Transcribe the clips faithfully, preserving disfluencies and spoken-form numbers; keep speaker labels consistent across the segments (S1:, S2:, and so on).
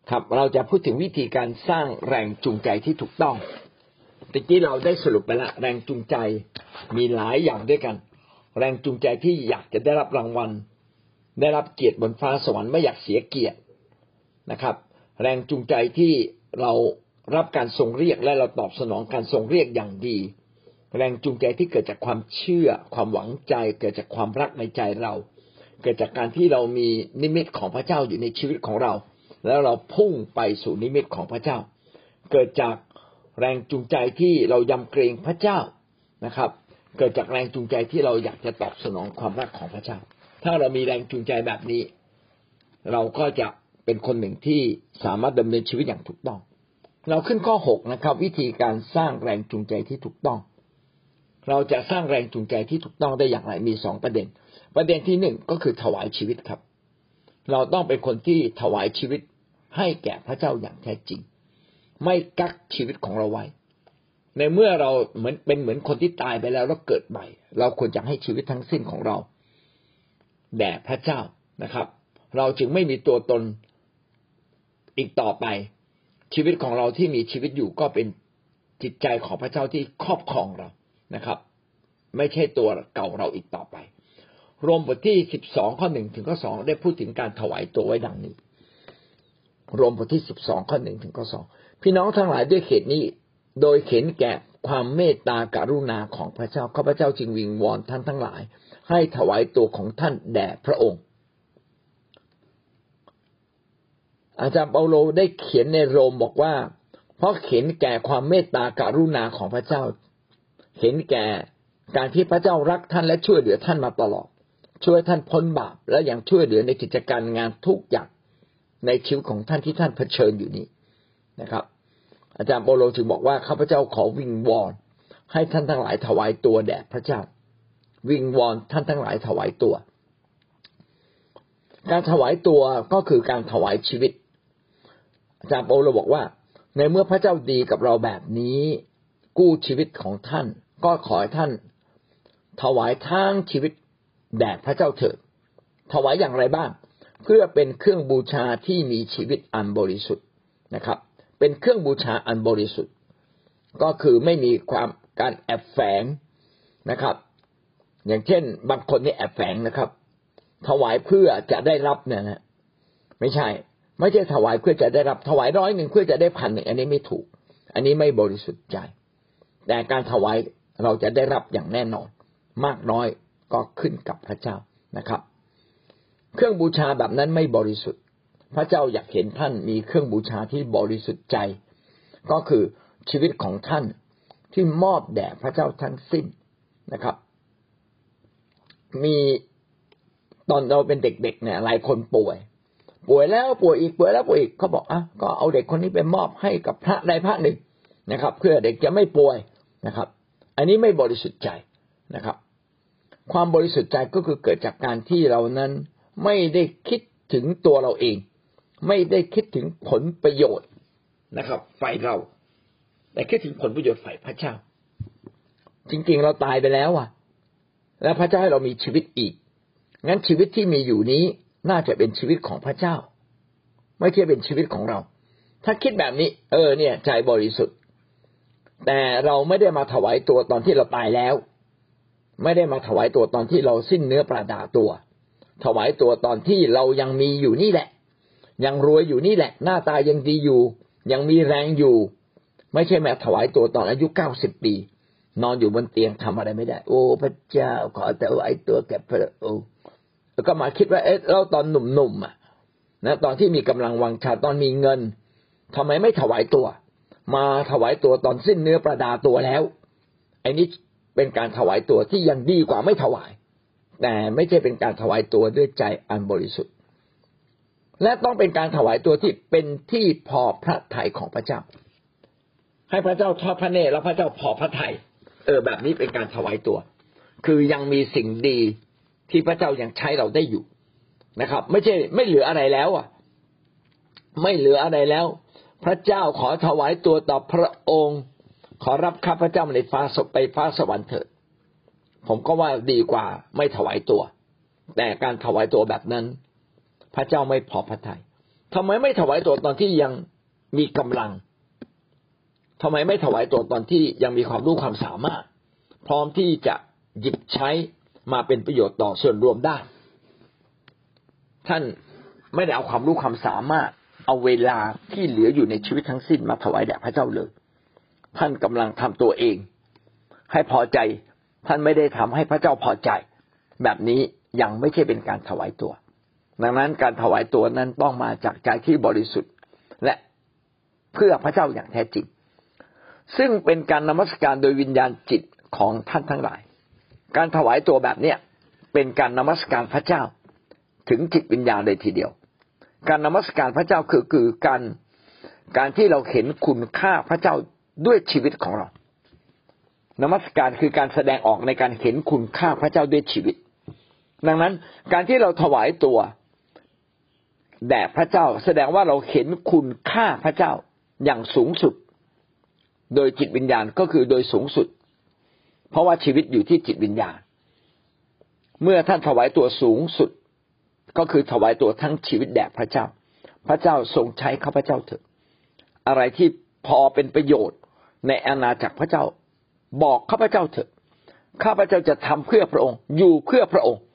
S1: ครับเราจะพูดถึงวิธีการสร้างแรงจูงใจที่ถูกต้องตะกี้เราได้สรุปไปละแรงจูงใจมีหลายอย่างด้วยกันแรงจูงใจที่อยากจะได้รับรางวัลได้รับเกียรติบนฟ้าสวรรค์ไม่อยากเสียเกียรตินะครับแรงจูงใจที่เรารับการทรงเรียกและเราตอบสนองการทรงเรียกอย่างดีแรงจูงใจที่เกิดจากความเชื่อความหวังใจเกิดจากความรักในใจเราเกิดจากการที่เรามีนิมิตของพระเจ้าอยู่ในชีวิตของเราแล้วเราพุ่งไปสู่นิมิตของพระเจ้าเกิดจากแรงจูงใจที่เรายำเกรงพระเจ้านะครับเกิดจากแรงจูงใจที่เราอยากจะตอบสนองความรักของพระเจ้าถ้าเรามีแรงจูงใจแบบนี้เราก็จะเป็นคนหนึ่งที่สามารถดำเนินชีวิตอย่างถูกต้องเราขึ้นข้อหกนะครับวิธีการสร้างแรงจูงใจที่ถูกต้องเราจะสร้างแรงจูงใจที่ถูกต้องได้อย่างไรมีสองประเด็นประเด็นที่หนึ่งก็คือถวายชีวิตครับเราต้องเป็นคนที่ถวายชีวิตให้แก่พระเจ้าอย่างแท้จริงไม่กักชีวิตของเราไว้ในเมื่อเราเหมือนเป็นเหมือนคนที่ตายไปแล้วแล้วเกิดใหม่เราควรจะให้ชีวิตทั้งสิ้นของเราแด่พระเจ้านะครับเราจึงไม่มีตัวตนอีกต่อไปชีวิตของเราที่มีชีวิตอยู่ก็เป็นจิตใจของพระเจ้าที่ครอบครองเรานะครับไม่ใช่ตัวเก่าเราอีกต่อไปโรมบทที่สิบสองข้อหนึ่งถึงข้อสองได้พูดถึงการถวายตัวไว้ดังนี้โรมบทที่สิบสองข้อหนึ่งถึงข้อสองพี่น้องทั้งหลายด้วยเหตุนี้โดยเห็นแก่ความเมตตากรุณาของพระเจ้าข้าพเจ้าจึงวิงวอนท่านทั้งหลายให้ถวายตัวของท่านแด่พระองค์อาจารย์เปาโลได้เขียนในโรมบอกว่าเพราะเห็นแก่ความเมตตากรุณาของพระเจ้าเห็นแก่การที่พระเจ้ารักท่านและช่วยเหลือท่านมาตลอดช่วยท่านพ้นบาปและยังช่วยเหลือในกิจการงานทุกอย่างในชีวิตของท่านที่ท่านเผชิญอยู่นี้นะครับอาจารย์เปาโลจึงบอกว่าข้าพเจ้าขอวิงวอนให้ท่านทั้งหลายถวายตัวแด่พระเจ้าวิงวอนท่านทั้งหลายถวายตัวการถวายตัวก็คือการถวายชีวิตอาจารย์เปาโลบอกว่าในเมื่อพระเจ้าดีกับเราแบบนี้กู้ชีวิตของท่านก็ขอให้ท่านถวายทั้งชีวิตแด่พระเจ้าเถิดถวายอย่างไรบ้างเพื่อเป็นเครื่องบูชาที่มีชีวิตอันบริสุทธิ์นะครับเป็นเครื่องบูชาอันบริสุทธิ์ก็คือไม่มีความการแอบแฝงนะครับอย่างเช่นบางคนนี่แอบแฝงนะครับถวายเพื่อจะได้รับเนี่ยนะไม่ใช่ไม่ใช่ถวายเพื่อจะได้รับถวายร้อยหนึ่งเพื่อจะได้พันหนึ่งอันนี้ไม่ถูกอันนี้ไม่บริสุทธิ์ใจแต่การถวายเราจะได้รับอย่างแน่นอนมากน้อยก็ขึ้นกับพระเจ้านะครับเครื่องบูชาแบบนั้นไม่บริสุทธิ์พระเจ้าอยากเห็นท่านมีเครื่องบูชาที่บริสุทธิ์ใจก็คือชีวิตของท่านที่มอบแด่พระเจ้าทั้งสิ้นนะครับมีตอนเราเป็นเด็กๆเนี่ยหลายคนป่วยป่วยแล้วป่วยอีกป่วยแล้วป่วยอีกเขาบอกอ่ะก็เอาเด็กคนนี้ไปมอบให้กับพระใดพระหนึ่งนะครับเพื่อเด็กจะไม่ป่วยนะครับอันนี้ไม่บริสุทธิ์ใจนะครับความบริสุทธิ์ใจก็คือเกิดจากการที่เรานั้นไม่ได้คิดถึงตัวเราเองไม่ได้คิดถึงผลประโยชน์นะครับฝ่ายเราแต่คิดถึงผลประโยชน์ฝ่ายพระเจ้าจริงๆเราตายไปแล้วอ่ะแล้วพระเจ้าให้เรามีชีวิตอีกงั้นชีวิตที่มีอยู่นี้น่าจะเป็นชีวิตของพระเจ้าไม่ใช่เป็นชีวิตของเราถ้าคิดแบบนี้เออเนี่ยใจบริสุทธิ์แต่เราไม่ได้มาถวายตัวตอนที่เราตายแล้วไม่ได้มาถวายตัวตอนที่เราสิ้นเนื้อประดาตัวถวายตัวตอนที่เรายังมีอยู่นี่แหละยังรวยอยู่นี่แหละหน้าตายังดีอยู่ยังมีแรงอยู่ไม่ใช่มาถวายตัวตอนอายุเก้าสิบปีนอนอยู่บนเตียงทำอะไรไม่ได้โอ้พระเจ้าขอแต่ไอ้ตัวแก่พระองค์แล้วก็มาคิดว่าเอ๊ะเราตอนหนุ่มๆอ่ะนะตอนที่มีกำลังวังชาตอนมีเงินทำไมไม่ถวายตัวมาถวายตัวตอนสิ้นเนื้อประดาตัวแล้วไอ้นี้เป็นการถวายตัวที่ยังดีกว่าไม่ถวายแต่ไม่ใช่เป็นการถวายตัวด้วยใจอันบริสุทธิ์และต้องเป็นการถวายตัวที่เป็นที่พอพระทัยของพระเจ้าให้พระเจ้าทอดพระเนตรแล้วพระเจ้าพอพระทัยเออแบบนี้เป็นการถวายตัวคือยังมีสิ่งดีที่พระเจ้ายังใช้เราได้อยู่นะครับไม่ใช่ไม่เหลืออะไรแล้วอ่ะไม่เหลืออะไรแล้วพระเจ้าขอถวายตัวต่อพระองค์ขอรับข้าพเจ้าในฟ้าสไปฟ้าสวรรค์เถิดผมก็ว่าดีกว่าไม่ถวายตัวแต่การถวายตัวแบบนั้นพระเจ้าไม่พอพระทัยทำไมไม่ถวายตัวตอนที่ยังมีกำลังทำไมไม่ถวายตัวตอนที่ยังมีความรู้ความสามารถพร้อมที่จะหยิบใช้มาเป็นประโยชน์ต่อส่วนรวมได้ท่านไม่ได้เอาความรู้ความสามารถเอาเวลาที่เหลืออยู่ในชีวิตทั้งสิ้นมาถวายแด่พระเจ้าเลยท่านกำลังทำตัวเองให้พอใจท่านไม่ได้ทำให้พระเจ้าพอใจแบบนี้ยังไม่ใช่เป็นการถวายตัวดังนั้นการถวายตัวนั้นต้องมาจากใจที่บริสุทธิ์และเพื่อพระเจ้าอย่างแท้จริงซึ่งเป็นการนมัสการโดยวิญญาณจิตของท่านทั้งหลายการถวายตัวแบบเนี้ยเป็นการนมัสการพระเจ้าถึงจิตวิญญาณเลยทีเดียวการนมัสการพระเจ้าคือคือการการที่เราเห็นคุณค่าพระเจ้าด้วยชีวิตของเรานมัสการคือการแสดงออกในการเห็นคุณค่าพระเจ้าด้วยชีวิตดังนั้นการที่เราถวายตัวแด่พระเจ้าแสดงว่าเราเห็นคุณค่าพระเจ้าอย่างสูงสุดโดยจิตวิญญาณก็คือโดยสูงสุดเพราะว่าชีวิตอยู่ที่จิตวิญญาณเมื่อท่านถวายตัวสูงสุดก็คือถวายตัวทั้งชีวิตแด่พระเจ้าพระเจ้าทรงใช้ข้าพเจ้าเถิดอะไรที่พอเป็นประโยชน์ในอาณาจักรพระเจ้าบอกข้าพเจ้าเถิดข้าพเจ้าจะทำเพื่อพระองค์อยู่เพื่อพระองค์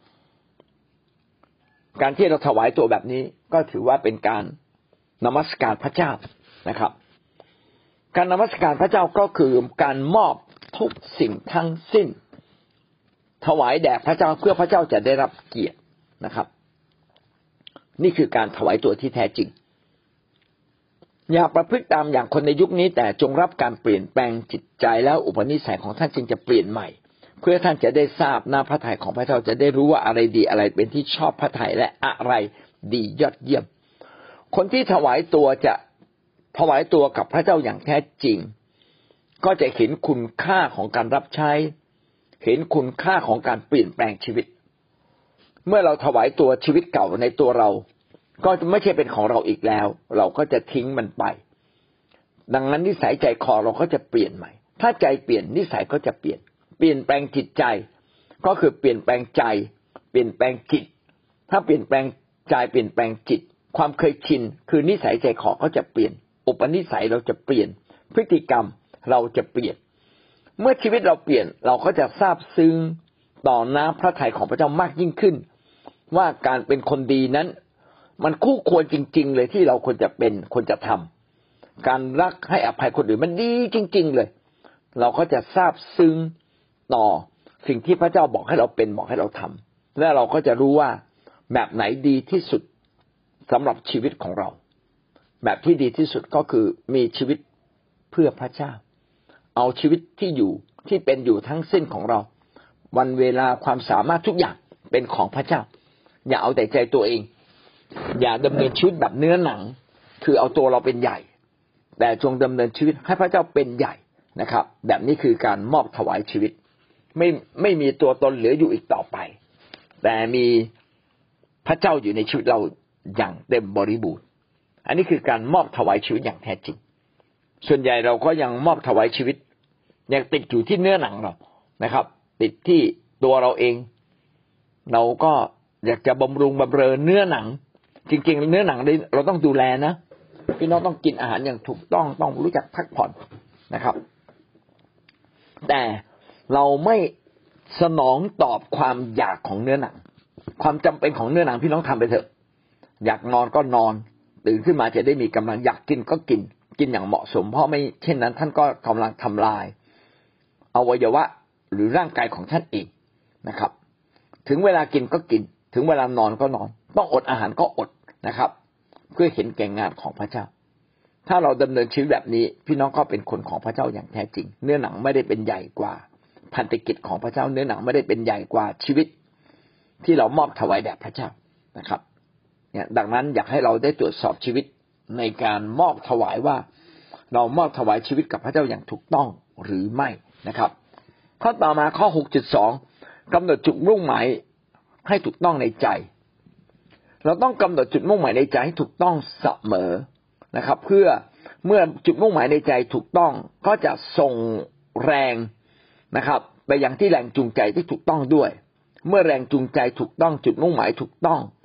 S1: การที่เราถวายตัวแบบนี้ก็ถือว่าเป็นการนมัสการพระเจ้านะครับการนมัสการพระเจ้าก็คือการมอบทุกสิ่งทั้งสิ้นถวายแด่พระเจ้าเพื่อพระเจ้าจะได้รับเกียรตินะครับนี่คือการถวายตัวที่แท้จริงอย่าประพฤติตามอย่างคนในยุคนี้แต่จงรับการเปลี่ยนแปลงจิตใจแล้วอุปนิสัยของท่านจึงจะเปลี่ยนใหม่เพื่อท่านจะได้ทราบหน้าพระทัยของพระเจ้าจะได้รู้ว่าอะไรดีอะไรเป็นที่ชอบพระทัยและอะไรดียอดเยี่ยมคนที่ถวายตัวจะถวายตัวกับพระเจ้าอย่างแท้จริงก็จะเห็นคุณค่าของการรับใช้เห็นคุณค่าของการเปลี่ยนแปลงชีวิตเมื่อเราถวายตัวชีวิตเก่าในตัวเราก็ไม่ใช่เป็นของเราอีกแล้วเราก็จะทิ้งมันไปดังนั้นนิสัยใจคอเราก็จะเปลี่ยนใหม่ถ้าใจเปลี่ยนนิสัยก็จะเปลี่ยนเปลี่ยนแปลงจิตใจก็คือเปลี่ยนแปลงใจเปลี่ยนแปลงจิตถ้าเปลี่ยนแปลงใจเปลี่ยนแปลงจิตความเคยชินคือนิสัยใจคอก็จะเปลี่ยนอุปนิสัยเราจะเปลี่ยนพฤติกรรมเราจะเปลี่ยนเมื่อชีวิตเราเปลี่ยนเราก็จะซาบซึ้งต่อน้ำพระทัยของพระเจ้ามากยิ่งขึ้นว่าการเป็นคนดีนั้นมันคู่ควรจริงๆเลยที่เราควรจะเป็นควรจะทำการรักให้อภัยคนอื่นมันดีจริงๆเลยเราก็จะซาบซึ้งต่อสิ่งที่พระเจ้าบอกให้เราเป็นบอกให้เราทำและเราก็จะรู้ว่าแบบไหนดีที่สุดสำหรับชีวิตของเราแบบที่ดีที่สุดก็คือมีชีวิตเพื่อพระเจ้าเอาชีวิตที่อยู่ที่เป็นอยู่ทั้งสิ้นของเราวันเวลาความสามารถทุกอย่างเป็นของพระเจ้าอย่าเอาแต่ใจตัวเองอย่าดำเนินชีวิตแบบเนื้อหนังคือเอาตัวเราเป็นใหญ่แต่จงดำเนินชีวิตให้พระเจ้าเป็นใหญ่นะครับแบบนี้คือการมอบถวายชีวิตไม่ไม่มีตัวตนเหลืออยู่อีกต่อไปแต่มีพระเจ้าอยู่ในชีวิตเราอย่างเต็มบริบูรณ์อันนี้คือการมอบถวายชีวิตอย่างแท้จริงส่วนใหญ่เราก็ยังมอบถวายชีวิตยังติดอยู่ที่เนื้อหนังเรานะครับติดที่ตัวเราเองเราก็อยากจะบำรุงบำเรอเนื้อหนังจริงๆเนื้อหนังเราต้องดูแลนะพี่น้องต้องกินอาหารอย่างถูกต้องต้องรู้จักพักผ่อนนะครับแต่เราไม่สนองตอบความอยากของเนื้อหนังความจำเป็นของเนื้อหนังพี่น้องทำไปเถอะอยากนอนก็นอนตื่นขึ้นมาจะได้มีกำลังอยากกินก็กินกินอย่างเหมาะสมเพราะไม่เช่นนั้นท่านก็กำลังทำลายอวัยวะหรือร่างกายของท่านเองนะครับถึงเวลากินก็กินถึงเวลานอนก็นอนต้องอดอาหารก็อดนะครับเพื่อเห็นแก่งานของพระเจ้าถ้าเราดำเนินชีวิตแบบนี้พี่น้องก็เป็นคนของพระเจ้าอย่างแท้จริงเนื้อหนังไม่ได้เป็นใหญ่กว่าพันธกิจของพระเจ้าเนื้อหนังไม่ได้เป็นใหญ่กว่าชีวิตที่เรามอบถวายแด่พระเจ้านะครับเนี่ยดังนั้นอยากให้เราได้ตรวจสอบชีวิตในการมอบถวายว่าเรามอบถวายชีวิตกับพระเจ้าอย่างถูกต้องหรือไม่นะครับข้อต่อมาข้อ หกจุดสอง กำหนดจุดมุ่งหมายให้ถูกต้องในใจเราต้องกำหนดจุดมุ่งหมายในใจให้ถูกต้องเสมอนะครับเพื่อเมื่อจุดมุ่งหมายในใจถูกต้องก็จะส่งแรงนะครับไปยังที่แรงจูงใจที่ถูกต้องด้วยเมื่อแรงจูงใจถูกต้องจุดมุ่งหมายถูกต้อง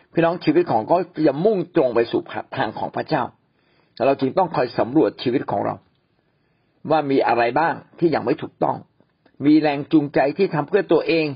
S1: พี่น้องชีวิตของก็จะมุ่งตรงไปสู่ทางของพระเจ้าเราจึงต้องคอยสำรวจชีวิตของเราว่ามีอะไรบ้างที่ยังไม่ถูกต้องมีแรงจูงใจที่ทำเพื่อตัวเอง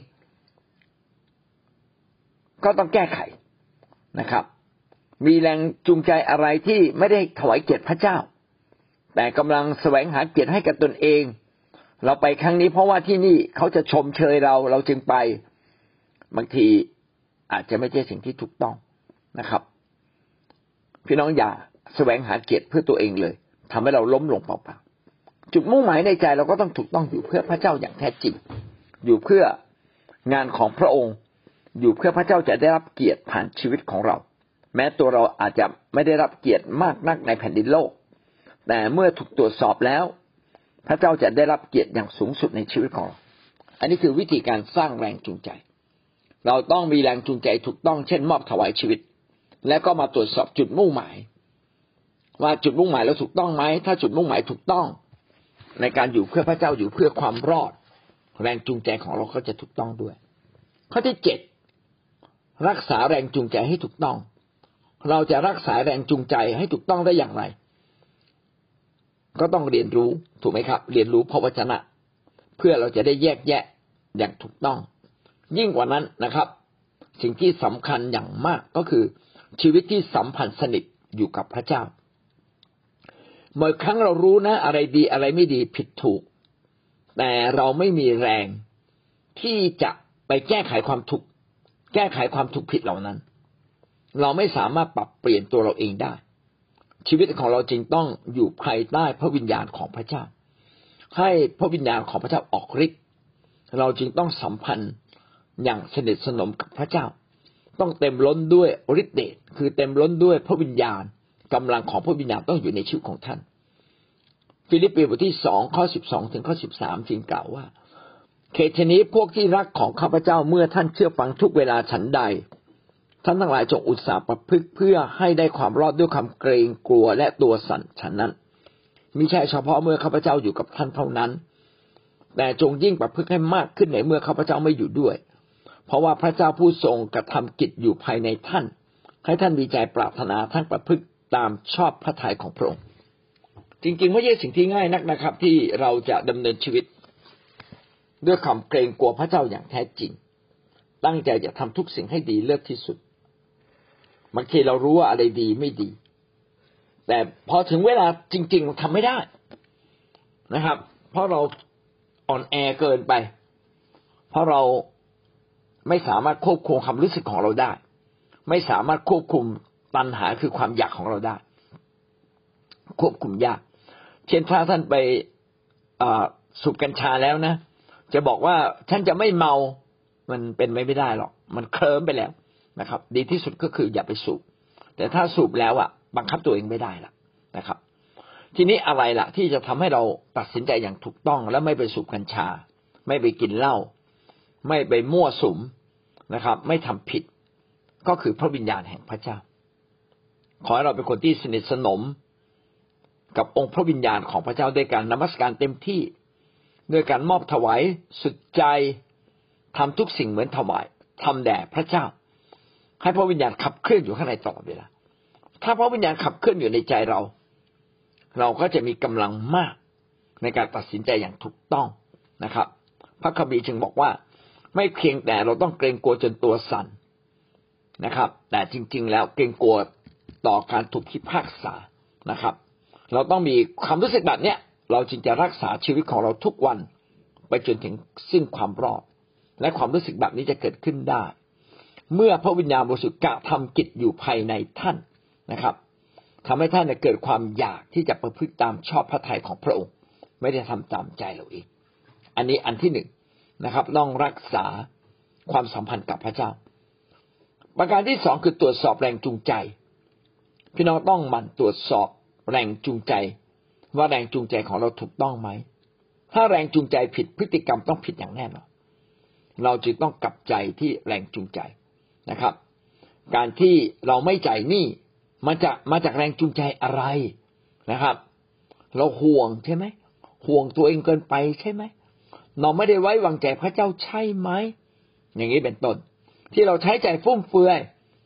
S1: ก็ต้องแก้ไขนะครับมีแรงจูงใจอะไรที่ไม่ได้ถวายเกียรติพระเจ้าแต่กำลังแสวงหาเกียรติให้กับตนเองเราไปครั้งนี้เพราะว่าที่นี่เขาจะชมเชยเราเราจึงไปบางทีอาจจะไม่ใช่สิ่งที่ถูกต้องนะครับพี่น้องอย่าแสวงหาเกียรติเพื่อตัวเองเลยทำให้เราล้มลงเปล่าๆจุดมุ่งหมายในใจเราก็ต้องถูกต้องอยู่เพื่อพระเจ้าอย่างแท้จริงอยู่เพื่องานของพระองค์อยู่เพื่อพระเจ้าจะได้รับเกียรติผ่านชีวิตของเราแม้ตัวเราอาจจะไม่ได้รับเกียรติมากนักในแผ่นดินโลกแต่เมื่อถูกตรวจสอบแล้วพระเจ้าจะได้รับเกียรติอย่างสูงสุดในชีวิตของเราอันนี้คือวิธีการสร้างแรงจูงใจเราต้องมีแรงจูงใจถูกต้องเช่นมอบถวายชีวิตแล้วก็มาตรวจสอบจุดมุ่งหมายว่าจุดมุ่งหมายเราถูกต้องไหมถ้าจุดมุ่งหมายถูกต้องในการอยู่เพื่อพระเจ้าอยู่เพื่อความรอดแรงจูงใจของเราก็จะถูกต้องด้วยข้อที่เจ็ดรักษาแรงจูงใจให้ถูกต้องเราจะรักษาแรงจูงใจให้ถูกต้องได้อย่างไรก็ต้องเรียนรู้ถูกไหมครับเรียนรู้พระวจนะเพื่อเราจะได้แยกแยะอย่างถูกต้องยิ่งกว่านั้นนะครับสิ่งที่สำคัญอย่างมากก็คือชีวิตที่สัมพันธ์สนิทอยู่กับพระเจ้าเมื่อครั้งเรารู้นะอะไรดีอะไรไม่ดีผิดถูกแต่เราไม่มีแรงที่จะไปแก้ไขความถูกแก้ไขความถูกผิดเหล่านั้นเราไม่สามารถปรับเปลี่ยนตัวเราเองได้ชีวิตของเราจึงต้องอยู่ภายใต้พระวิญญาณของพระเจ้าให้พระวิญญาณของพระเจ้าออกฤทธิ์เราจึงต้องสัมพันธ์อย่างสนิทสนมกับพระเจ้าต้องเต็มล้นด้วยฤทธิ์เดชคือเต็มล้นด้วยพระวิญญาณกำลังของพระวิญญาณต้องอยู่ในชีวิตของท่านฟิลิปปีบทที่สองข้อสิบสองถึงข้อสิบสามจึงกล่าวว่าเหตุฉะนี้พวกที่รักของข้าพเจ้าเมื่อท่านเชื่อฟังทุกเวลาฉันใดท่านทั้งหลายจงอุตสาห์ประพฤติเพื่อให้ได้ความรอดด้วยความเกรงกลัวและตัวสั่นฉันนั้นมิใช่เฉพาะเมื่อข้าพเจ้าอยู่กับท่านเท่านั้นแต่จงยิ่งประพฤติให้มากขึ้นในเมื่อข้าพเจ้าไม่อยู่ด้วยเพราะว่าพระเจ้าผู้ทรงกระทำกิจอยู่ภายในท่านให้ท่านมีใจปรารถนาทั้งประพฤติตามชอบพระทัยของพระองค์จริงๆไม่ใช่สิ่งที่ง่ายนักนะครับที่เราจะดำเนินชีวิตด้วยความเกรงกลัวพระเจ้าอย่างแท้จริงตั้งใจจะทำทุกสิ่งให้ดีเลิศที่สุดบางทีเรารู้ว่าอะไรดีไม่ดีแต่พอถึงเวลาจริงๆทำไม่ได้นะครับเพราะเราอ่อนแอเกินไปเพราะเราไม่สามารถควบคุมความรู้สึกของเราได้ไม่สามารถควบคุมตัณหาคือความอยากของเราได้ควบคุมยากเช่นถ้าท่านไปสูบกัญชาแล้วนะจะบอกว่าฉันจะไม่เมามันเป็นไม่ได้หรอกมันเคลิ้มไปแล้วนะครับดีที่สุดก็คืออย่าไปสูบแต่ถ้าสูบแล้วอ่ะบังคับตัวเองไม่ได้ล่ะนะครับทีนี้อะไรล่ะที่จะทำให้เราตัดสินใจอย่างถูกต้องและไม่ไปสูบกัญชาไม่ไปกินเหล้าไม่ไปมั่วสุมนะครับไม่ทำผิดก็คือพระวิญญาณแห่งพระเจ้าขอให้เราเป็นคนที่สนิทสนมกับองค์พระวิญญาณของพระเจ้าด้วยการนมัสการเต็มที่ด้วยการมอบถวายสุดใจทำทุกสิ่งเหมือนถวายทำแด่พระเจ้าให้พระวิญญาณขับเคลื่อนอยู่ข้างในตลอดเวลาถ้าพระวิญญาณขับเคลื่อนอยู่ในใจเราเราก็จะมีกำลังมากในการตัดสินใจอย่างถูกต้องนะครับพระคัมภีร์จึงบอกว่าไม่เพียงแต่เราต้องเกรงกลัวจนตัวสั่นนะครับแต่จริงๆแล้วเกรงกลัวต่อการถูกพิพากษานะครับเราต้องมีความรู้สึกแบบเนี้ยเราจึงจะรักษาชีวิตของเราทุกวันไปจนถึงสิ้นความรอดและความรู้สึกแบบนี้จะเกิดขึ้นได้เมื่อพระวิญญาณบริสุทธิ์กระทำกิจอยู่ภายในท่านนะครับทำให้ท่านเกิดความอยากที่จะประพฤติตามชอบพระทัยของพระองค์ไม่ได้ทำตามใจเราเองอันนี้อันที่หนึ่งนะครับต้องรักษาความสัมพันธ์กับพระเจ้าประการที่สองคือตรวจสอบแรงจูงใจพี่น้องต้องหมั่นตรวจสอบแรงจูงใจว่าแรงจูงใจของเราถูกต้องไหมถ้าแรงจูงใจผิดพฤติกรรมต้องผิดอย่างแน่นอนเราจึงต้องกลับใจที่แรงจูงใจนะครับการที่เราไม่จ่ายหนี้มันจะมาจากแรงจูงใจอะไรนะครับเราห่วงใช่ไหมห่วงตัวเองเกินไปใช่ไหมเราไม่ได้ไว้วางใจพระเจ้าใช่ไหมอย่างนี้เป็นต้นที่เราใช้ใจฟุ่มเฟือย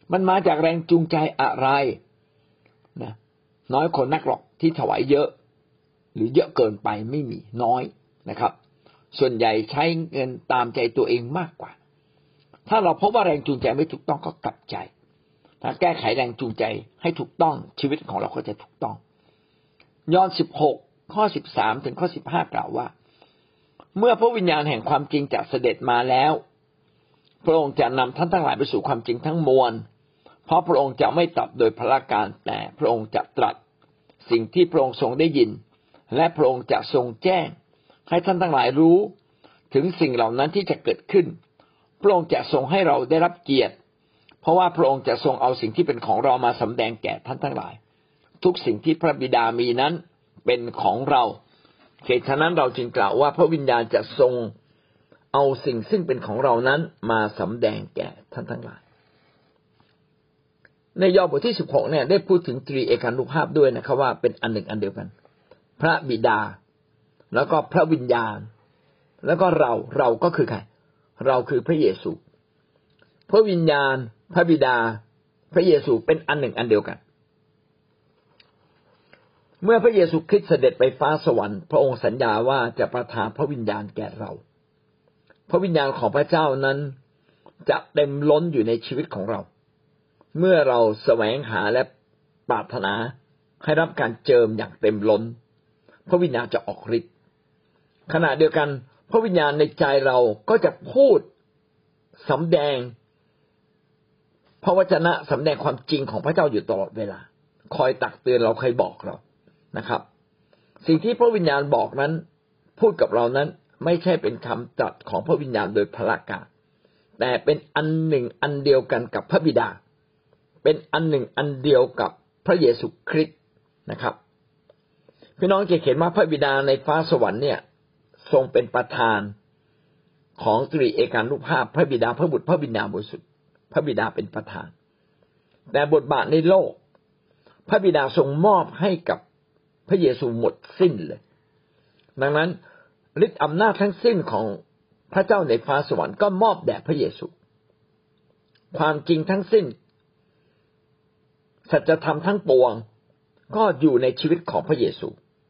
S1: มันมาจากแรงจูงใจอะไรนะน้อยคนนักหรอกที่ถวายเยอะหรือเยอะเกินไปไม่มีน้อยนะครับส่วนใหญ่ใช้เงินตามใจตัวเองมากกว่าถ้าเราพบว่าแรงจูงใจไม่ถูกต้องก็กลับใจถ้าแก้ไขแรงจูงใจให้ถูกต้องชีวิตของเราก็จะถูกต้องยอห์นสิบหกข้อสิบสามถึงข้อสิบห้ากล่าวว่าเมื่อพระวิญญาณแห่งความจริงจะเสด็จมาแล้วพระองค์จะนำท่านทั้งหลายไปสู่ความจริงทั้งมวลเพราะพระองค์จะไม่ตรัสโดยพละการแต่พระองค์จะตรัสสิ่งที่พระองค์ทรงได้ยินและพระองค์จะทรงแจ้งให้ท่านทั้งหลายรู้ถึงสิ่งเหล่านั้นที่จะเกิดขึ้นพระองค์จะทรงให้เราได้รับเกียรติเพราะว่าพระองค์จะทรงเอาสิ่งที่เป็นของเรามาสำแดงแก่ท่านทั้งหลายทุกสิ่งที่พระบิดามีนั้นเป็นของเราเหตุฉะนั้นเราจึงกล่าวว่าพระวิญญาณจะทรงเอาสิ่งซึ่งเป็นของเรานั้นมาสำแดงแก่ท่านทั้งหลายในยอห์นบทที่สิบหกเนี่ยได้พูดถึงตรีเอกานุภาพด้วยนะครับว่าเป็นอันหนึ่งอันเดียวกันพระบิดาแล้วก็พระวิญญาณแล้วก็เราเราก็คือใครเราคือพระเยซูพระวิญญาณพระบิดาพระเยซูเป็นอันหนึ่งอันเดียวกันเมื่อพระเยซูคริสต์เสด็จไปฟ้าสวรรค์พระองค์สัญญาว่าจะประทานพระวิญญาณแก่เราพระวิญญาณของพระเจ้านั้นจะเต็มล้นอยู่ในชีวิตของเราเมื่อเราแสวงหาและปรารถนาให้รับการเจิมอย่างเต็มล้นพระวิญญาณจะออกฤทธิ์ขณะเดียวกันพระวิญญาณในใจเราก็จะพูดสำแดงพระวจนะสำแดงความจริงของพระเจ้าอยู่ตลอดเวลาคอยตักเตือนเราคอยบอกเรานะครับสิ่งที่พระวิญญาณบอกนั้นพูดกับเรานั้นไม่ใช่เป็นคำตรัสของพระวิญญาณโดยพละการแต่เป็นอันหนึ่งอันเดียวกันกับพระบิดาเป็นอันหนึ่งอันเดียวกับพระเยซูคริสต์นะครับพี่น้องจะเห็นว่าพระบิดาในฟ้าสวรรค์เนี่ยทรงเป็นประธานของตรีเอกานุภาพพระบิดาพระบุตรพระวิญญาณบริสุทธิ์พระบิดาเป็นประธานแต่บทบาทในโลกพระบิดาทรงมอบให้กับพระเยซูหมดสิ้นเลยดังนั้นฤทธิ์อำนาจทั้งสิ้นของพระเจ้าในฟ้าสวรรค์ก็มอบแด่พระเยซูความจริงทั้งสิ้นสัจธรรมทั้งปวงก็อยู่ในชีวิตของพระเยซู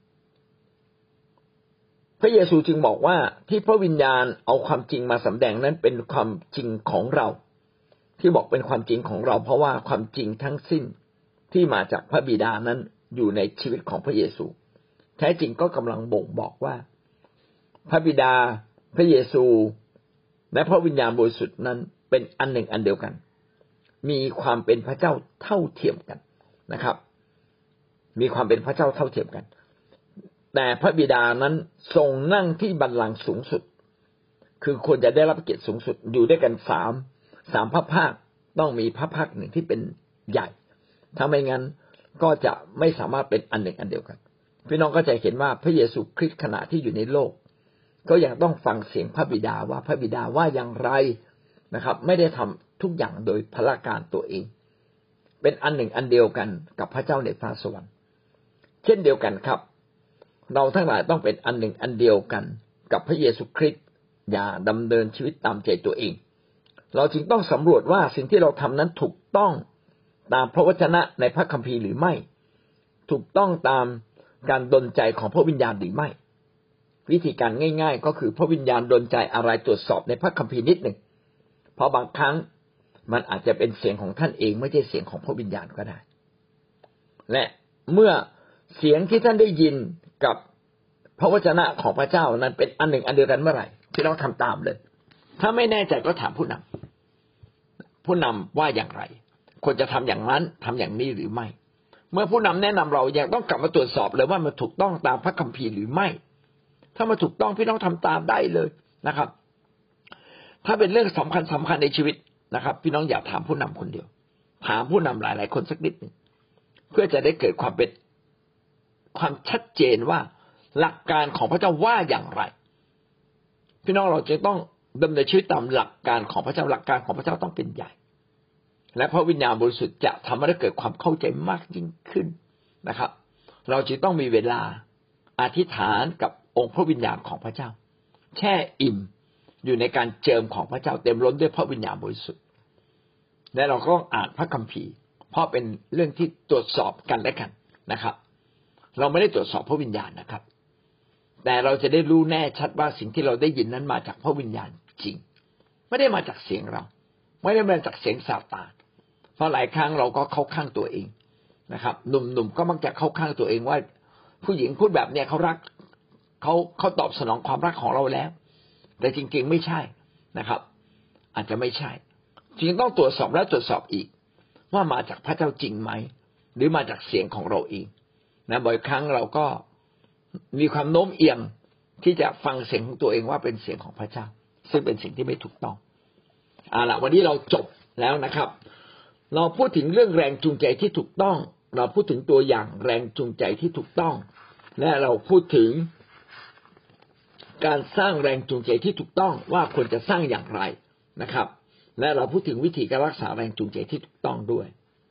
S1: พระเยซูจึงบอกว่าที่พระวิญญาณเอาความจริงมาสำแดงนั้นเป็นความจริงของเราที่บอกเป็นความจริงของเราเพราะว่าความจริงทั้งสิ้นที่มาจากพระบิดานั้นอยู่ในชีวิตของพระเยซูแท้จริงก็กำลังบ่งบอกว่าพระบิดาพระเยซูและพระวิญญาณบริสุทธิ์นั้นเป็นอันหนึ่งอันเดียวกันมีความเป็นพระเจ้าเท่าเทียมกันนะครับมีความเป็นพระเจ้าเท่าเทียมกันแต่พระบิดานั้นทรงนั่งที่บัลลังก์สูงสุดคือควรจะได้รับเกียรติสูงสุดอยู่ด้วยกันสามสามพระภาคต้องมีพระภาคหนึ่งที่เป็นใหญ่ถ้าไม่งั้นก็จะไม่สามารถเป็นอันหนึ่งอันเดียวกันพี่น้องก็จะเห็นว่าพระเยซูคริสต์ขณะที่อยู่ในโลกก็ยังต้องฟังเสียงพระบิดาว่าพระบิดาว่าอย่างไรนะครับไม่ได้ทำทุกอย่างโดยพละการตัวเองเป็นอันหนึ่งอันเดียวกันกับพระเจ้าในฟ้าสวรรค์เช่นเดียวกันครับเราทั้งหลายต้องเป็นอันหนึ่งอันเดียวกันกับพระเยซูคริสต์อย่าดำเนินชีวิตตามใจตัวเองเราจึงต้องสำรวจว่าสิ่งที่เราทำนั้นถูกต้องตามพระวจนะในพระคัมภีร์หรือไม่ถูกต้องตามการดลใจของพระวิญญาณหรือไม่วิธีการง่ายๆก็คือพระวิญญาณดลใจอะไรตรวจสอบในพระคัมภีร์นิดหนึ่งเพราะบางครั้งมันอาจจะเป็นเสียงของท่านเองไม่ใช่เสียงของพระวิญญาณก็ได้และเมื่อเสียงที่ท่านได้ยินกับพระวจนะของพระเจ้านั้นเป็นอันหนึ่งอันเดียวกันเมื่อไหร่ที่เราทำตามเลยถ้าไม่แน่ใจก็ถามผู้นำผู้นำว่าอย่างไรควรจะทำอย่างนั้นทำอย่างนี้หรือไม่เมื่อผู้นำแนะนำเรายังต้องกลับมาตรวจสอบเลยว่ามันถูกต้องตามพระคัมภีร์หรือไม่ถ้ามันถูกต้องพี่น้องทำตามได้เลยนะครับถ้าเป็นเรื่องสำคัญสำคัญในชีวิตนะครับพี่น้องอย่าถามผู้นำคนเดียวถามผู้นำหลายๆคนสักนิดนึงเพื่อจะได้เกิดความเป็นความชัดเจนว่าหลักการของพระเจ้าว่าอย่างไรพี่น้องเราจะต้องดำเนินชีวิตตามหลักการของพระเจ้าหลักการของพระเจ้าต้องเป็นใหญ่และพระวิญญาณบริสุทธิ์จะทำให้เกิดความเข้าใจมากยิ่งขึ้นนะครับเราจะต้องมีเวลาอธิษฐานกับองค์พระวิญญาณของพระเจ้าแช่อิ่มอยู่ในการเจิมของพระเจ้าเต็มล้นด้วยพระวิญญาณบริสุทธิ์และเราก็อ่านพระคัมภีร์เพราะเป็นเรื่องที่ตรวจสอบกันและกันนะครับเราไม่ได้ตรวจสอบพระวิญญาณนะครับแต่เราจะได้รู้แน่ชัดว่าสิ่งที่เราได้ยินนั้นมาจากพระวิญญาณจริงไม่ได้มาจากเสียงเราไม่ได้มาจากเสียงซาตานเพราะหลายครั้งเราก็เข้าข้างตัวเองนะครับหนุ่มๆก็มักจะเข้าข้างตัวเองว่าผู้หญิงพูดแบบเนี้ยเขารักเขาเขาตอบสนองความรักของเราแล้วแต่จริงๆไม่ใช่นะครับอาจจะไม่ใช่จึงต้องตรวจสอบแล้วตรวจสอบอีกว่ามาจากพระเจ้าจริงไหมหรือมาจากเสียงของเราเองนะบ่อยครั้งเราก็มีความโน้มเอียงที่จะฟังเสียงของตัวเองว่าเป็นเสียงของพระเจ้าซึ่งเป็นสิ่งที่ไม่ถูกต้องเอาล่ะวันนี้เราจบแล้วนะครับเราพูดถึงเรื่องแรงจูงใจที่ถูกต้องเราพูดถึงตัวอย่างแรงจูงใจที่ถูกต้องและเราพูดถึงการสร้างแรงจูงใจที่ถูกต้องว่าควรจะสร้างอย่างไรนะครับและเราพูดถึงวิธีการรักษาแรงจูงใจที่ถูกต้องด้วย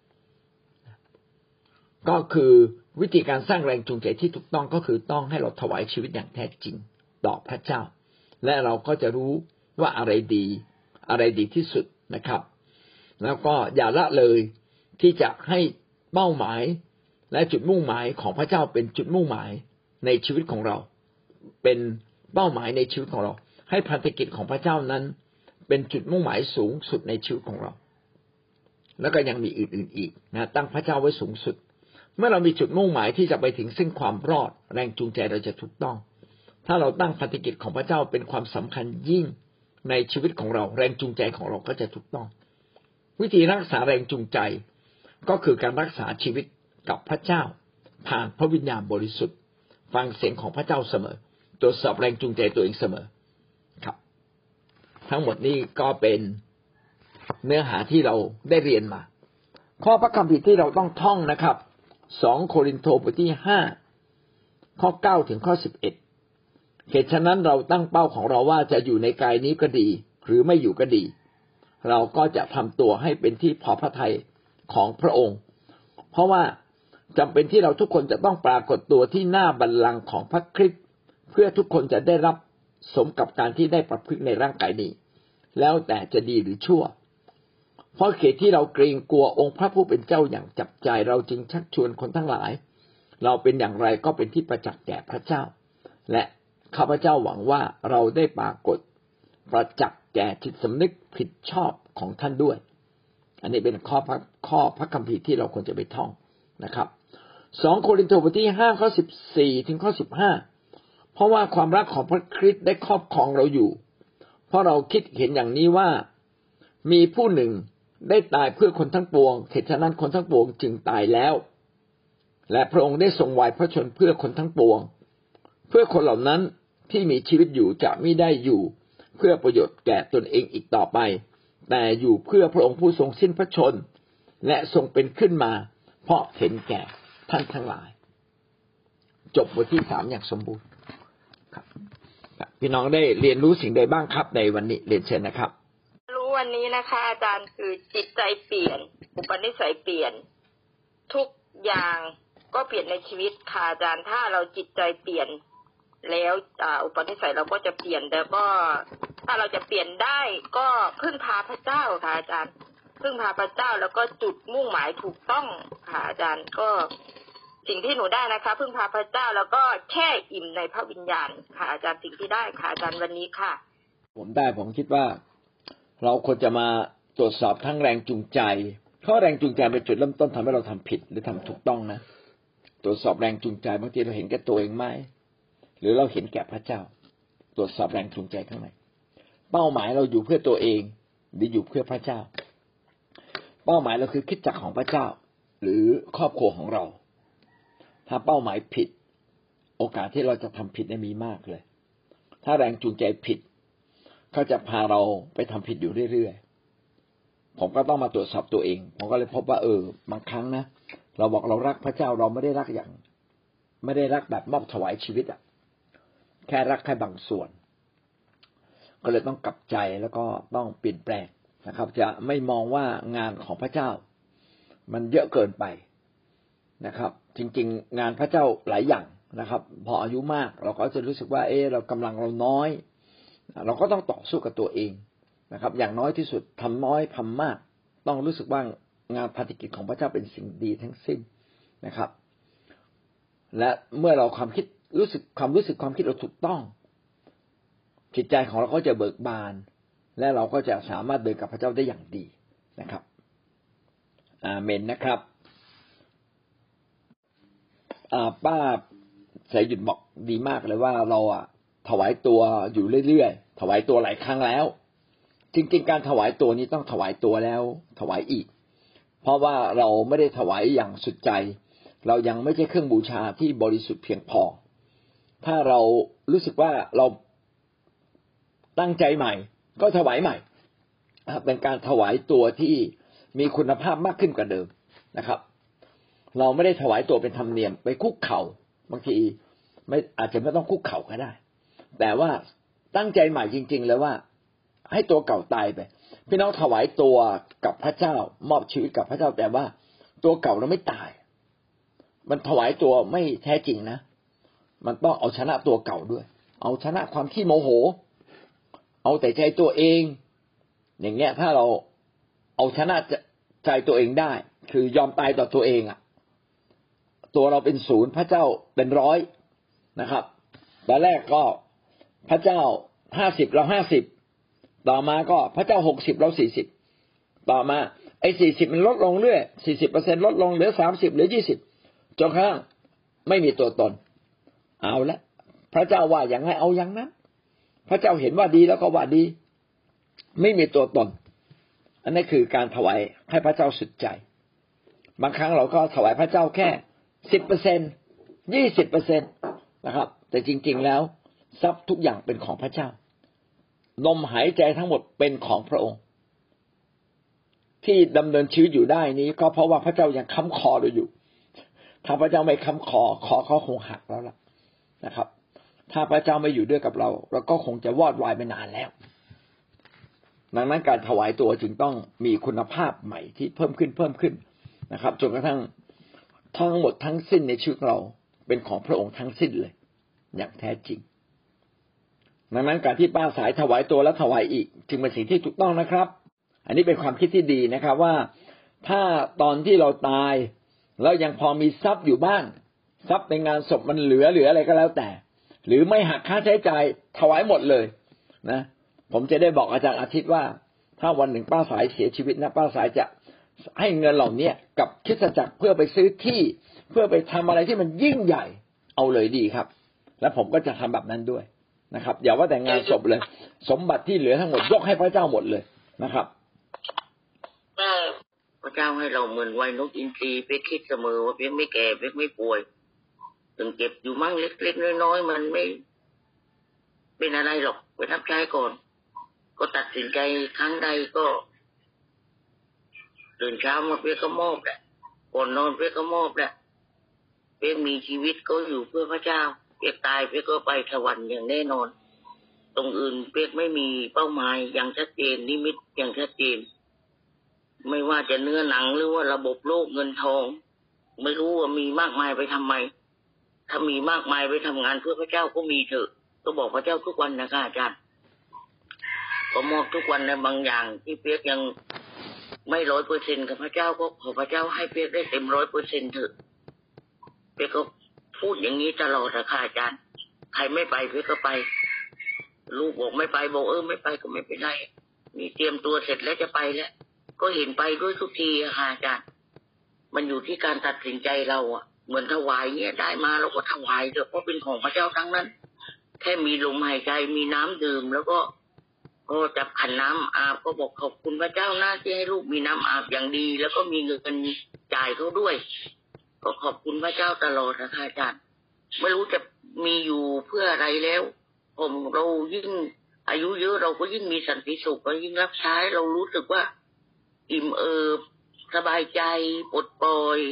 S1: ก็คือวิธีการสร้างแรงจูงใจที่ถูกต้องก็คือต้องให้เราถวายชีวิตอย่างแท้จริงต่อพระเจ้าและเราก็จะรู้ว่าอะไรดีอะไรดีที่สุดนะครับแล้วก็อย่าละเลยที่จะให้เป้าหมายและจุดมุ่งหมายของพระเจ้าเป็นจุดมุ่งหมายในชีวิตของเราเป็นเป้าหมายในชีวิตของเราให้พันธกิจของพระเจ้านั้นเป็นจุดมุ่งหมายสูงสุดในชีวิตของเราแล้วก็ยังมีอื่นๆอีกนะตั้งพระเจ้าไว้สูงสุดเมื่อเรามีจุดมุ่งหมายที่จะไปถึงซึ่งความรอดแรงจูงใจเราจะถูกต้องถ้าเราตั้งพันธกิจของพระเจ้าเป็นความสำคัญยิ่งในชีวิตของเราแรงจูงใจของเราก็จะถูกต้องวิธีรักษาแรงจูงใจก็คือการรักษาชีวิตกับพระเจ้าผ่านพระวิญญาณบริสุทธิ์ฟังเสียงของพระเจ้าเสมอตรวจสอบแรงจูงใจตัวเองเสมอครับทั้งหมดนี้ก็เป็นเนื้อหาที่เราได้เรียนมาข้อพระคัมภีร์ที่เราต้องท่องนะครับสองโครินธ์บทที่ห้าข้อเก้าถึงข้อสิบเอ็ดเหตุฉะนั้นเราตั้งเป้าของเราว่าจะอยู่ในกายนี้ก็ดีหรือไม่อยู่ก็ดีเราก็จะทำตัวให้เป็นที่พอพระทัยของพระองค์เพราะว่าจำเป็นที่เราทุกคนจะต้องปรากฏตัวที่หน้าบัลลังก์ของพระคริสต์เพื่อทุกคนจะได้รับสมกับการที่ได้ประพฤติในร่างกายนี้แล้วแต่จะดีหรือชั่วเพราะเหตุที่เราเกรงกลัวองค์พระผู้เป็นเจ้าอย่างจับใจเราจึงชักชวนคนทั้งหลายเราเป็นอย่างไรก็เป็นที่ประจักษ์แก่พระเจ้าและข้าพเจ้าหวังว่าเราได้ปรากฏประจักษ์แก่จิตสำนึกผิดชอบของท่านด้วยอันนี้เป็นข้อพระข้อพระคัมภีร์ที่เราควรจะไปท่องนะครับสองโครินธ์บทที่ห้าข้อสิบสี่ถึงข้อสิบห้าเพราะว่าความรักของพระคริสต์ได้ครอบครองเราอยู่เพราะเราคิดเห็นอย่างนี้ว่ามีผู้หนึ่งได้ตายเพื่อคนทั้งปวงเหตุฉะนั้นคนทั้งปวงจึงตายแล้วและพระองค์ได้ทรงวายพระชนเพื่อคนทั้งปวงเพื่อคนเหล่านั้นที่มีชีวิตอยู่จะไม่ได้อยู่เพื่อประโยชน์แก่ตนเองอีกต่อไปแต่อยู่เพื่อพระองค์ผู้ทรงสิ้นพระชนและทรงเป็นขึ้นมาเพราะเห็นแก่ท่านทั้งหลายจบบทที่สามอย่างสมบูรณ์ครับพี่น้องได้เรียนรู้สิ่งใดบ้างครับในวันนี้เรียนเชิญนะครับ
S2: รู้วันนี้นะคะอาจารย์คือจิตใจเปลี่ยนอุปนิสัยเปลี่ยนทุกอย่างก็เปลี่ยนในชีวิตค่ะอาจารย์ถ้าเราจิตใจเปลี่ยนแล้วอุปนิสัยเราก็จะเปลี่ยนแล้วก็ถ้าเราจะเปลี่ยนได้ก็พึ่งพาพระเจ้าค่ะอาจารย์พึ่งพาพระเจ้าแล้วก็จุดมุ่งหมายถูกต้องค่ะอาจารย์ก็สิ่งที่หนูได้นะคะพึ่งพาพระเจ้าแล้วก็แช่อิ่มในพระวิญญาณค่ะอาจารย์สิ่งที่ได้ค่ะอาจารย์วันนี้ค่ะ
S1: ผมได้ผมคิดว่าเราควรจะมาตรวจสอบทั้งแรงจูงใจเพราะแรงจูงใจเป็นจุดเริ่มต้นทำให้เราทำผิดหรือทำถูกต้องนะตรวจสอบแรงจูงใจบางทีเราเห็นแก่ตัวเองไหมหรือเราเห็นแก่พระเจ้าตรวจสอบแรงจูงใจข้างในเป้าหมายเราอยู่เพื่อตัวเองหรืออยู่เพื่อพระเจ้าเป้าหมายเราคือคริสตจักรของพระเจ้าหรือครอบครัวของเราถ้าเป้าหมายผิดโอกาสที่เราจะทำผิดมีมากเลยถ้าแรงจูงใจผิดเขาจะพาเราไปทำผิดอยู่เรื่อยๆผมก็ต้องมาตรวจสอบตัวเองผมก็เลยพบว่าเออบางครั้งนะเราบอกเรารักพระเจ้าเราไม่ได้รักอย่างไม่ได้รักแบบมอบถวายชีวิตอ่ะแค่รักแค่บางส่วนก็เลยต้องกลับใจแล้วก็ต้องเปลี่ยนแปลงนะครับจะไม่มองว่างานของพระเจ้ามันเยอะเกินไปนะครับจริงๆงานพระเจ้าหลายอย่างนะครับพออายุมากเราก็จะรู้สึกว่าเออเรากำลังเราน้อยเราก็ต้องต่อสู้กับตัวเองนะครับอย่างน้อยที่สุดทำน้อยทำมากต้องรู้สึกว่างานภารกิจของพระเจ้าเป็นสิ่งดีทั้งสิ้นนะครับและเมื่อเราความคิดรู้สึกความรู้สึกความคิดเราถูกต้องจิตใจของเราก็จะเบิกบานและเราก็จะสามารถเดินกับพระเจ้าได้อย่างดีนะครับอาเมนนะครับป้าสายหยุดบอกดีมากเลยว่าเราอ่ะถวายตัวอยู่เรื่อยๆถวายตัวหลายครั้งแล้วจริงๆการถวายตัวนี้ต้องถวายตัวแล้วถวายอีกเพราะว่าเราไม่ได้ถวายอย่างสุดใจเรายังไม่ใช่เครื่องบูชาที่บริสุทธิ์เพียงพอถ้าเรารู้สึกว่าเราตั้งใจใหม่ก็ถวายใหม่เป็นการถวายตัวที่มีคุณภาพมากขึ้นกว่าเดิมนะครับเราไม่ได้ถวายตัวเป็นธรรมเนียมไปคุกเข่าบางทีไม่อาจจะไม่ต้องคุกเข่าก็ได้แต่ว่าตั้งใจใหม่จริงๆเลยว่าให้ตัวเก่าตายไปพี่น้องถวายตัวกับพระเจ้ามอบชีวิตกับพระเจ้าแต่ว่าตัวเก่าเราไม่ตายมันถวายตัวไม่แท้จริงนะมันต้องเอาชนะตัวเก่าด้วยเอาชนะความขี้โมโหเอาแต่ใจตัวเองอย่างเงี้ยถ้าเราเอาชนะใจตัวเองได้คือยอมตายต่อตัวเองอ่ะตัวเราเป็นศูนย์พระเจ้าเป็นร้อยนะครับตอนแรกก็พระเจ้าห้าสิบเราห้าสิบต่อมาก็พระเจ้าหกสิบเราสี่สิบต่อมาไอ้สี่สิบมันลดลงเรื่อยสี่สิบเปอร์เซ็นต์ลดลงเหลือสามสิบเหลือยี่สิบจนกระทั่งไม่มีตัวตนเอาละพระเจ้าว่าอย่างไรเอาอย่างนั้นพระเจ้าเห็นว่าดีแล้วก็ว่าดีไม่มีตัวตนอันนี้คือการถวายให้พระเจ้าสุดใจบางครั้งเราก็ถวายพระเจ้าแค่สิบเปอร์เซ็นต์ยี่สิบเปอร์เซ็นต์นะครับแต่จริงๆแล้วทรัพย์ทุกอย่างเป็นของพระเจ้านมหายใจทั้งหมดเป็นของพระองค์ที่ดำเนินชีวิตอยู่ได้นี้ก็เพราะว่าพระเจ้ายังค้ำคอเราอยู่ถ้าพระเจ้าไม่ค้ำคอคอเขาคงหักแล้วล่ะนะครับถ้าพระเจ้าไม่อยู่ด้วยกับเราเราก็คงจะวอดวายไปนานแล้วดังนั้นการถวายตัวจึงต้องมีคุณภาพใหม่ที่เพิ่มขึ้นเพิ่มขึ้นนะครับจนกระทั่งทั้งหมดทั้งสิ้นในชีวิตเราเป็นของพระองค์ทั้งสิ้นเลยอย่างแท้จริงดังนั้นการที่ป้าสายถวายตัวและถวายอีกจึงเป็นสิ่งที่ถูกต้องนะครับอันนี้เป็นความคิดที่ดีนะครับว่าถ้าตอนที่เราตายแล้วยังพอมีทรัพย์อยู่บ้างทรัพย์ในงานศพมันเหลือเหลืออะไรก็แล้วแต่หรือไม่หักค่าใช้จ่ายถวายหมดเลยนะผมจะได้บอกอาจารย์อาทิตย์ว่าถ้าวันหนึ่งป้าสายเสียชีวิตนะป้าสายจะให้เงินเหล่านี้กับคริสตจักรเพื่อไปซื้อที่เพื่อไปทำอะไรที่มันยิ่งใหญ่เอาเลยดีครับและผมก็จะทำแบบนั้นด้วยนะครับอย่าว่าแต่งานศพเลยสมบัติที่เหลือทั้งหมดยกให้พระเจ้าหมดเลยนะครับ
S3: พระเจ้าให้เราเหมือนวัยนกอินทรีเพียงคิดเสมอว่าเพียงไม่แก่เพียงไม่ป่วยถึงเก็บอยู่มั่งเล็กๆน้อยๆมันไม่เป็นอะไรหรอกไปรับใช้ก่อนก็ตัดสินใจครั้งใดก็ตื่นเช้ามาเพียงก็มอบแหละก่อนนอนเพียงก็มอบแหละเพียงมีชีวิตก็อยู่เพื่อพระเจ้าเพียงตายเพียงก็ไปสวรรค์อย่างแน่นอนตรงอื่นเพียงไม่มีเป้าหมายอย่างชัดเจนนิมิตอย่างชัดเจนไม่ว่าจะเนื้อหนังหรือว่าระบบโลกเงินทองไม่รู้ว่ามีมากมายไปทำไมถ้ามีมากมายไปทำงานเพื่อพระเจ้าก็มีเถอะก็บอกพระเจ้าทุกวันนะคะอาจารย์ก็มอบทุกวันในบางอย่างที่เปียกยังไม่ร้อยเปอร์เซ็นต์กับพระเจ้าก็ขอพระเจ้าให้เปียกได้เต็มร้อยเปอร์เซ็นต์เถอะเปียกก็พูดอย่างนี้ตลอดนะคะอาจารย์ใครไม่ไปเปียกก็ไปลูกบอกไม่ไปบอกเออไม่ไปก็ไม่เป็นไรนี่เตรียมตัวเสร็จแล้วจะไปแล้วก็เห็นไปด้วยทุกทีค่ะอาจารย์มันอยู่ที่การตัดสินใจเราอ่ะเหมือนถวายเนี่ยได้มาเราก็ถวายเถอะเพราะเป็นของพระเจ้าทั้งนั้นแค่มีลมหายใจมีน้ำดื่มแล้วก็ก็จับขันน้ำอาบก็บอกขอบคุณพระเจ้านะที่ให้ลูกมีน้ำอาบอย่างดีแล้วก็มีเงินจ่ายเขาด้วยก็ขอบคุณพระเจ้าตลอดนะคะอาจารย์ไม่รู้จะมีอยู่เพื่ออะไรแล้วผมเรายิ่งอายุเยอะเราก็ยิ่งมีสันติสุขเรายิ่งรับใช้เรารู้สึกว่าอิ่มเอิบสบายใจปลดปล่อย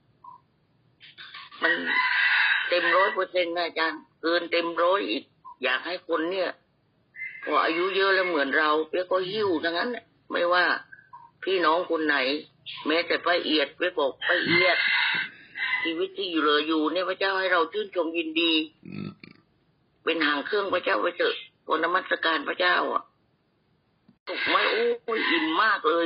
S3: มันเต็มร้อยเปอร์เซ็นต์นะอาจารย์เกินเต็มร้อยอีกอยากให้คนเนี่ยพออายุเยอะแล้วเหมือนเราเปี้ยก็หิ้วทั้งนั้นไม่ว่าพี่น้องคนไหนแม้แต่ป้าเอียดเปี้ยบอกป้าเอียดชีวิตที่อยู่เหลืออยู่เนี่ยพระเจ้าให้เราชื่นชมยินดีเป็นหางเครื่องพระเจ้าไปเถอะพอนมัสการพระเจ้าอ่ะถูกไหมโอ้ยอิ่มมากเลย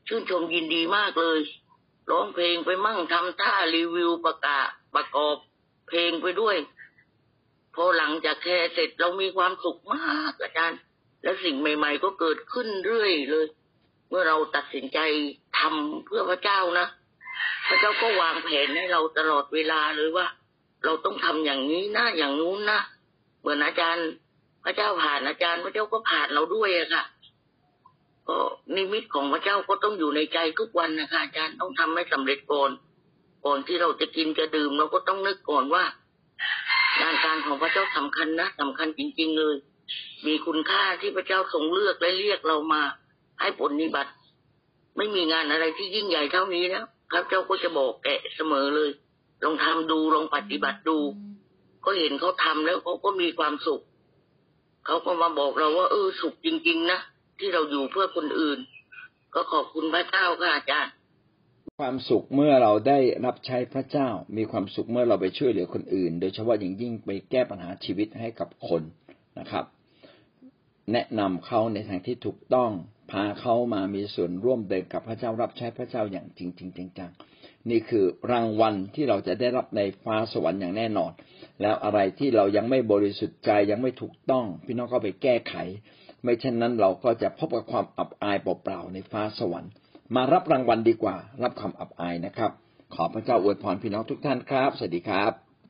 S3: ชื่นชมยินดีมากเลยร้องเพลงไปมั่งทำท่ารีวิวประกาศประกอบเพลงไปด้วยพอหลังจากแคร์เสร็จเรามีความสุขมากอาจารย์และสิ่งใหม่ๆก็เกิดขึ้นเรื่อยเลยเมื่อเราตัดสินใจทำเพื่อพระเจ้านะพระเจ้าก็วางแผนให้เราตลอดเวลาเลยว่าเราต้องทำอย่างนี้นะอย่างนู้นนะเหมือนอาจารย์พระเจ้าผ่านอาจารย์พระเจ้าก็ผ่านเราด้วยอะค่ะก็นิมิตของพระเจ้าก็ต้องอยู่ในใจทุกวันนะคะอาจารย์ต้องทำให้สำเร็จก่อนก่อนที่เราจะกินจะดื่มเราก็ต้องนึกก่อนว่างานการของพระเจ้าสำคัญนะสำคัญจริงๆเลยมีคุณค่าที่พระเจ้าทรงเลือกและเรียกเรามาให้ปฏิบัติไม่มีงานอะไรที่ยิ่งใหญ่เท่านี้แล้วพระเจ้าก็จะบอกแกเสมอเลยลองทำดูลองปฏิบัติดูก็เห็นเขาทำแล้วเขาก็มีความสุขเขาก็มาบอกเราว่าเออสุขจริงๆนะที่เราอยู่เพื่อคนอื่นก็ขอบคุณพระเจ้าค่ะอาจารย์
S1: ความสุขเมื่อเราได้รับใช้พระเจ้ามีความสุขเมื่อเราไปช่วยเหลือคนอื่นโดยเฉพาะอย่างยิ่งไปแก้ปัญหาชีวิตให้กับคนนะครับแนะนำเขาในทางที่ถูกต้องพาเขามามีส่วนร่วมเดินกับพระเจ้ารับใช้พระเจ้าอย่างจริงๆจังๆนี่คือรางวัลที่เราจะได้รับในฟ้าสวรรค์อย่างแน่นอนแล้วอะไรที่เรายังไม่บริสุทธิ์ใจยังไม่ถูกต้องพี่น้องก็ไปแก้ไขไม่เช่นนั้นเราก็จะพบกับความอับอายเปล่าๆในฟ้าสวรรค์มารับรางวัลดีกว่ารับความอับอายนะครับขอพระเจ้าอวยพรพี่น้องทุกท่านครับสวัสดีครับ